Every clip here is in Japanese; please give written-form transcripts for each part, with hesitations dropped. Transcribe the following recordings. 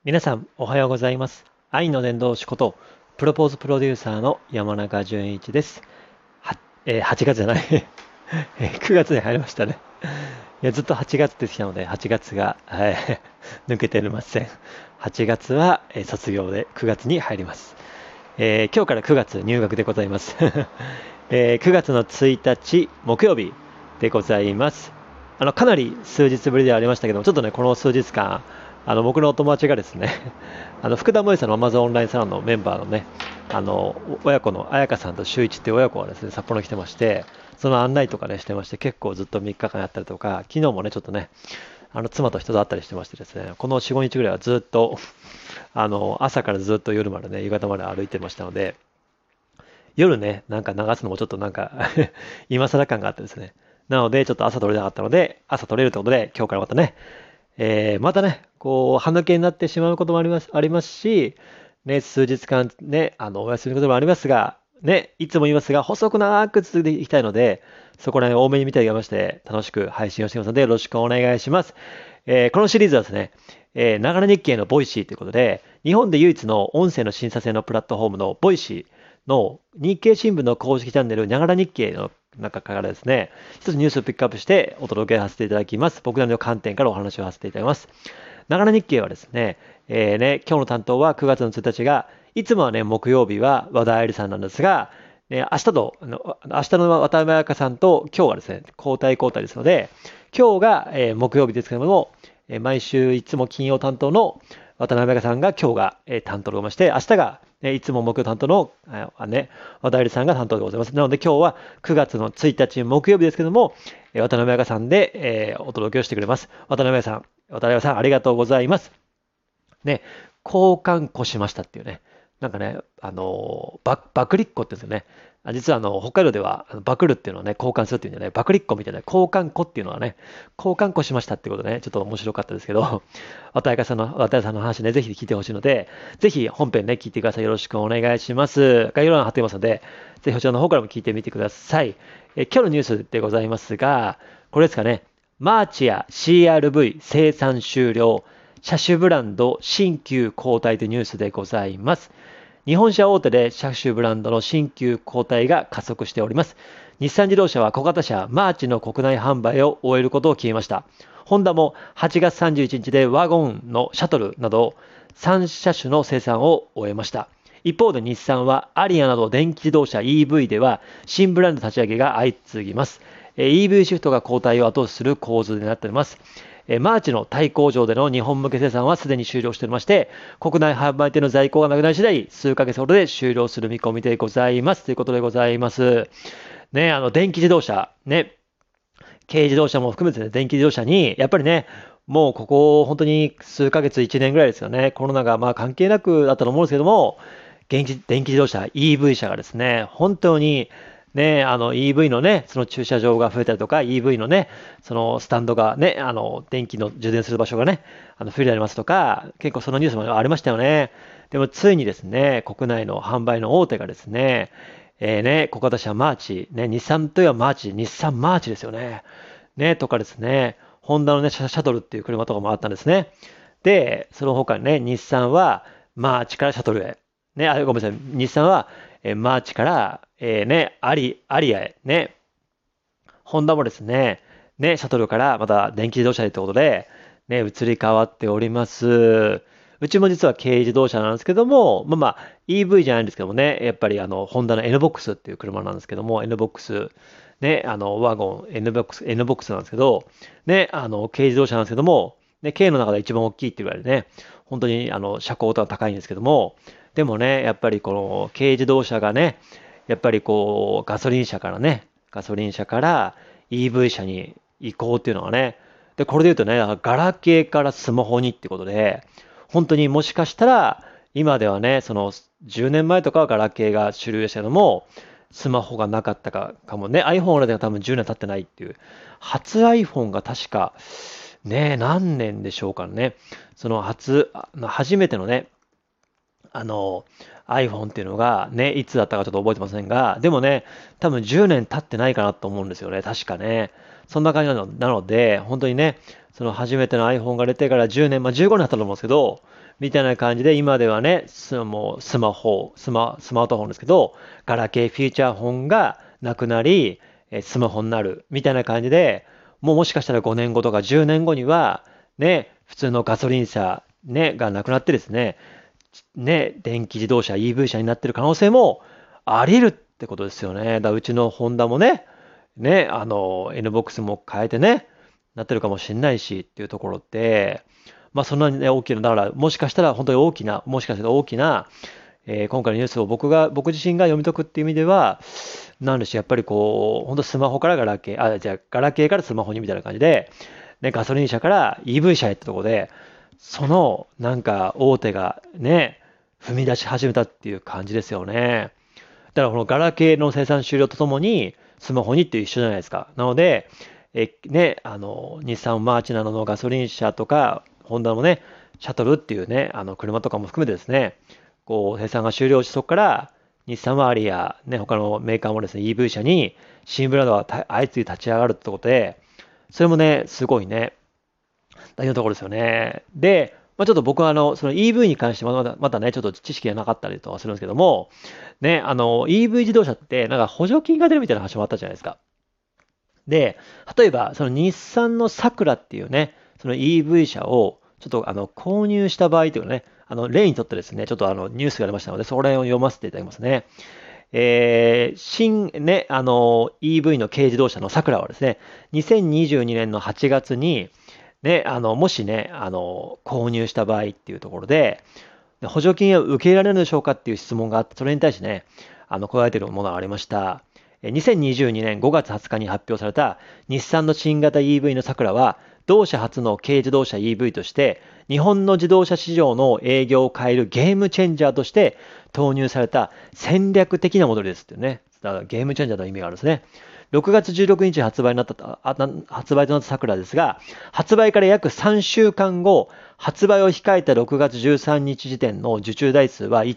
皆さん、おはようございます。愛の伝道師こと、プロポーズプロデューサーの山中淳一です。は、8月じゃない9月に入りましたね。いや、ずっと8月ってきたので、8月が、抜けてません。8月は、卒業で9月に入ります。今日から9月入学でございます。9月の1日木曜日でございます。かなり数日ぶりではありましたけども、ちょっとね、この数日間、僕のお友達がですね、福田萌さんの Amazon オンラインサロンのメンバーのね、親子の彩香さんと周一っていう親子がですね、札幌に来てまして、その案内とかね、してまして、結構ずっと3日間やったりとか、昨日もね、ちょっとね、妻と人と会ったりしてましてですね、この4、5日ぐらいはずっと、朝からずっと夜までね、夕方まで歩いてましたので、夜ね、なんか流すのもちょっとなんか今更感があってですね。なので、ちょっと朝撮れなかったので、朝撮れるということで、今日からまたね、またね、こう、歯抜けになってしまうこともありますし、ね、数日間ね、お休みのこともありますが、ね、いつも言いますが、細く長く続けていきたいので、そこら辺多めに見てあげまして、楽しく配信をしていますので、よろしくお願いします。このシリーズはですね、ながら日経のボイシーということで、日本で唯一の音声の審査制のプラットフォームのボイシーの日経新聞の公式チャンネル、ながら日経の中からですね、一つニュースをピックアップしてお届けさせていただきます。僕なりの観点からお話をさせていただきます。ながら日経はですね、今日の担当は9月の1日が、いつもはね、木曜日は和田愛理さんなんですが、明日の渡辺彩香さんと今日はですね、交代交代ですので、今日が、木曜日ですけれども、毎週いつも金曜担当の渡辺彩香さんが今日が、担当でございまして、明日が、いつも木曜担当の、和田愛理さんが担当でございます。なので今日は9月の1日木曜日ですけども、渡辺彩香さんで、お届けをしてくれます。渡辺さんありがとうございます。ね、交換庫しましたっていうね。なんかね、バクリッコって言うんですよね。実は北海道では、バクルっていうのをね、交換するっていうんでね、バクリッコみたいな交換庫っていうのはね、交換庫しましたってことでね、ちょっと面白かったですけど、渡辺さんの話ね、ぜひ聞いてほしいので、ぜひ本編ね、聞いてください。よろしくお願いします。概要欄貼ってますので、ぜひこちらの方からも聞いてみてください。今日のニュースでございますが、これですかね、マーチや CRV 生産終了、車種ブランド新旧交代というニュースでございます。日本車大手で車種ブランドの新旧交代が加速しております。日産自動車は小型車マーチの国内販売を終えることを決めました。ホンダも8月31日でワゴンのシャトルなど3車種の生産を終えました。一方で日産はアリアなど電気自動車 EV では新ブランド立ち上げが相次ぎます。EV シフトが交代を後押しする構図になっております。マーチのタイ工場での日本向け生産はすでに終了しておりまして、国内販売店の在庫がなくなり次第、数ヶ月ほどで終了する見込みでございます。ということでございます。ね、電気自動車、ね、軽自動車も含めてね、電気自動車に、やっぱりね、もうここ本当に数ヶ月、1年ぐらいですよね。コロナがまあ関係なくだったと思うんですけども、電気自動車、EV 車がですね、本当にね、EV のね、その駐車場が増えたりとか、EV のね、そのスタンドがね、電気の充電する場所がね、増えてありますとか、結構そのニュースもありましたよね。でもついにですね、国内の販売の大手がですね、小型車マーチ、ね、日産といえばマーチ、日産マーチですよね。ね、とかですね、ホンダのね、シャトルっていう車とかもあったんですね。で、その他にね、日産はマーチからシャトルへ。ね、ごめんなさい。日産は、マーチから、アリアへ。ね、ホンダもですね、シャトルからまた電気自動車へということで、ね、移り変わっております。うちも実は軽自動車なんですけども、EV じゃないんですけどもね、やっぱりホンダの NBOX っていう車なんですけども、NBOX、ね、ワゴン、NBOX なんですけど、ね、軽自動車なんですけども、ね、軽の中で一番大きいっていうぐらいでね、本当に車高とは高いんですけども、でもね、やっぱりこの軽自動車がね、やっぱりこう、ガソリン車から EV 車に移行っていうのがね、で、これで言うとね、ガラケーからスマホにってことで、本当にもしかしたら、今ではね、その10年前とかはガラケーが主流でしたけども、スマホがなかったかもね、iPhone では多分10年経ってないっていう、初 iPhone が確か、ね、何年でしょうかね、その初めてのね、 iPhone っていうのがね、いつだったかちょっと覚えてませんが、でもね、多分10年経ってないかなと思うんですよね、確かね。そんな感じなので、本当にね、その初めての iPhone が出てから10年、15年経ったと思うんですけど、みたいな感じで、今ではね、もうスマートフォンですけど、ガラケーフィーチャーフォンがなくなり、スマホになる、みたいな感じで、もしかしたら5年後とか10年後には、ね、普通のガソリン車、ね、がなくなってですね、電気自動車、EV 車になってる可能性もあり得るってことですよね。だからうちのホンダもね、NBOX も変えてね、なってるかもしれないしっていうところって、まあそんなにね、大きな、だからもしかしたら本当に大きな、もしかしたら大きな、今回のニュースを僕自身が読み解くっていう意味では、なんでしょう、やっぱりこう、本当スマホからガラケー、じゃあガラケーからスマホにみたいな感じで、ね、ガソリン車から EV 車へってところで、そのなんか大手がね、踏み出し始めたっていう感じですよね。だからこのガラケーの生産終了とともに、スマホにって一緒じゃないですか。なので、日産マーチなどのガソリン車とか、ホンダのね、シャトルっていうね、車とかも含めてですね、こう、生産が終了し、そこから、日産周りや、ね、他のメーカーもですね、EV 車に新ブランドが相次いで立ち上がるってことで、それもね、すごいね、大事なところですよね。で、ちょっと僕はその EV に関してまだね、ちょっと知識がなかったりとかするんですけども、ね、EV 自動車って、なんか補助金が出るみたいな話もあったじゃないですか。で、例えば、その日産のサクラっていうね、その EV 車を、ちょっと購入した場合というかね、例にとってですね、ちょっとニュースがありましたので、それを読ませていただきますね。新ね、EV の軽自動車のサクラはですね、2022年の8月に、ね、もしね、購入した場合っていうところで、補助金を受け入れられるのでしょうかっていう質問があって、それに対してね、答えているものがありました。2022年5月20日に発表された日産の新型 EV のサクラは、同社初の軽自動車 EV として、日本の自動車市場の営業を変えるゲームチェンジャーとして投入された戦略的なモデルですっていうね。だからゲームチェンジャーの意味があるんですね。6月16日発売となったサクラですが、発売から約3週間後、発売を控えた6月13日時点の受注台数は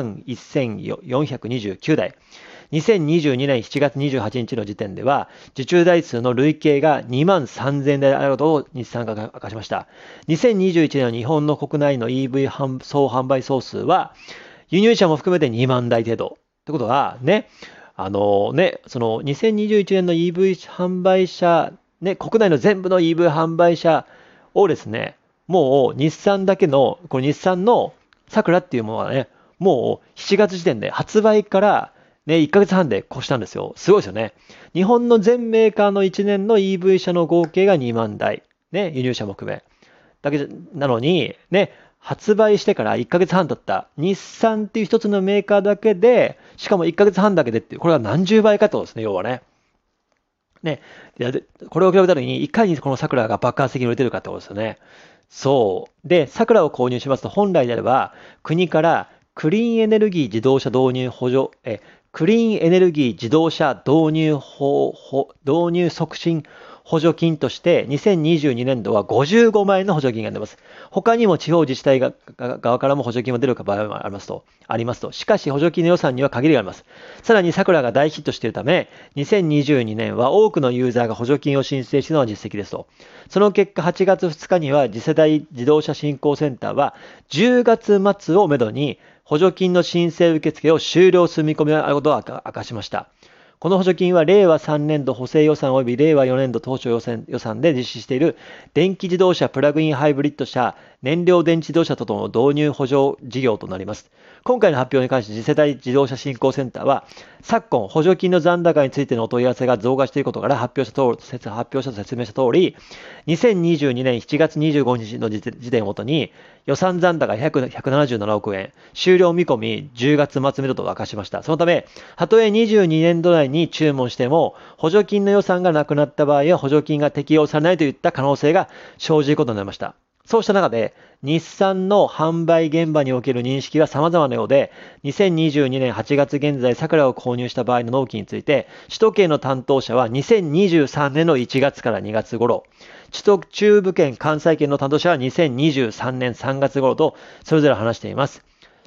11,429台。2022年7月28日の時点では、受注台数の累計が2万3000台であることを日産が明かしました。2021年の日本の国内の EV 総販売総数は、輸入車も含めて2万台程度。ってことは、ね、その2021年の EV 販売車、ね、国内の全部の EV 販売車をですね、もう日産だけの、これ日産のサクラっていうものはね、もう7月時点で発売からね、1ヶ月半で越したんですよ。すごいですよね。日本の全メーカーの1年の EV 車の合計が2万台。ね、輸入車も含め。なのに、ね、発売してから1ヶ月半経った日産っていう一つのメーカーだけで、しかも1ヶ月半だけでっていう、これは何十倍かってことですね、要はね。ね、これを比べた時に、いかにこの桜が爆発的に売れてるかってことですよね。そう。で、桜を購入しますと、本来であれば、国からクリーンエネルギー自動車導入補助、クリーンエネルギー自動車導入促進補助金として2022年度は55万円の補助金が出ます。他にも地方自治体側からも補助金が出る場合もありますと。しかし補助金の予算には限りがあります。さらに桜が大ヒットしているため、2022年は多くのユーザーが補助金を申請したのは実績ですと。その結果、8月2日には次世代自動車振興センターは10月末をめどに補助金の申請受付を終了する見込みがあることを明かしました。この補助金は令和3年度補正予算及び令和4年度当初予算で実施している電気自動車プラグインハイブリッド車、燃料電池自動車等の導入補助事業となります。今回の発表に関して次世代自動車振興センターは、昨今補助金の残高についてのお問い合わせが増加していることから発表したと説明した通り、2022年7月25日の時点をもとに予算残高177億円、終了見込み10月末めどと明かしました。そのため、たとえ22年度内に注文しても、補助金の予算がなくなった場合は補助金が適用されないといった可能性が生じることになりました。そうした中で、日産の販売現場における認識は様々なようで、2022年8月現在、桜を購入した場合の納期について、首都圏の担当者は2023年の1月から2月頃、中部圏、関西圏の担当者は2023年3月頃と、それぞれ話しています。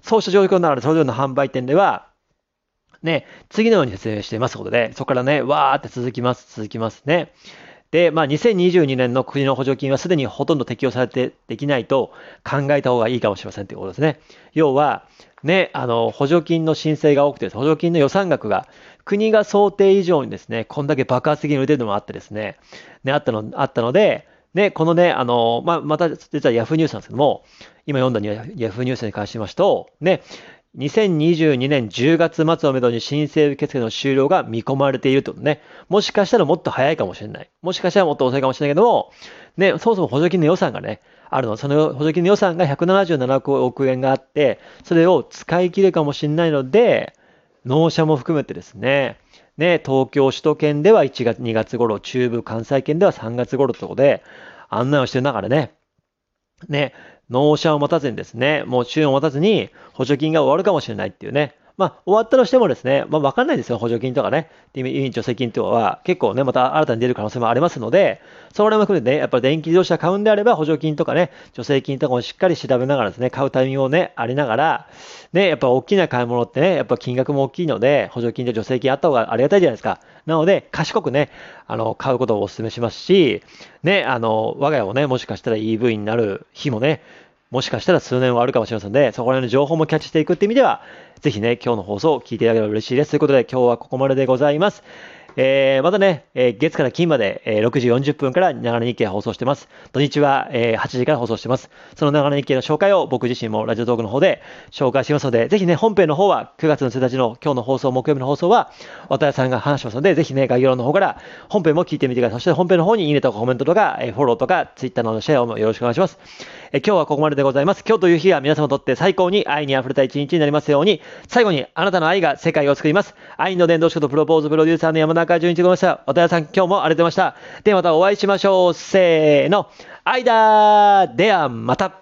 そうした状況なので、それぞれの販売店では、ね、次のように説明していますことで、そこからね、わーって続きますね。で、2022年の国の補助金はすでにほとんど適用されてできないと考えた方がいいかもしれませんということですね。要は、ね、補助金の申請が多くて、補助金の予算額が国が想定以上にですね、こんだけ爆発的に売れてるのもあってですね、あったので、ね、このね、また実はヤフーニュースなんですけども、今読んだヤフーニュースに関しますと、ね、2022年10月末をめどに申請受付の終了が見込まれているとね。もしかしたらもっと早いかもしれない。もしかしたらもっと遅いかもしれないけども、ね、そもそも補助金の予算がね、あるの。その補助金の予算が177億円があって、それを使い切るかもしれないので、納車も含めてですね、東京首都圏では1月、2月頃、中部関西圏では3月頃ということで、案内をしてる中でね、納車を待たずにですね、もう注文を待たずに補助金が終わるかもしれないっていうね。終わったとしてもですね、わかんないですよ、補助金とかね。助成金とかは結構ね、また新たに出る可能性もありますので、それも含めてね、やっぱり電気自動車買うんであれば補助金とかね、助成金とかもしっかり調べながらですね、買うタイミングをね、ありながら、ね、やっぱ大きな買い物ってね、やっぱ金額も大きいので、補助金と助成金あった方がありがたいじゃないですか。なので、賢くね、買うことをお勧めしますし、ね、我が家もね、もしかしたら EV になる日もね、もしかしたら数年はあるかもしれませんので、そこら辺の情報もキャッチしていくっていう意味では、ぜひね、今日の放送を聞いていただければ嬉しいです。ということで、今日はここまででございます。またね、月から金まで、6時40分からながら日経放送してます。土日は、8時から放送してます。そのながら日経の紹介を僕自身もラジオトークの方で紹介しますので、ぜひね、本編の方は9月の1日の今日の放送、木曜日の放送は、渡辺さんが話しますので、ぜひね、概要欄の方から本編も聞いてみてください。そして本編の方にいいねとかコメントとか、フォローとか、ツイッターのシェアもよろしくお願いします。今日はここまででございます。今日という日が皆様にとって最高に愛に溢れた一日になりますように、最後にあなたの愛が世界を救います。愛の伝道師ことプロポーズプロデューサーの山中淳一でございました。渡辺さん、今日もありがとうございました。ではまたお会いしましょう。せーの。愛だーではまた。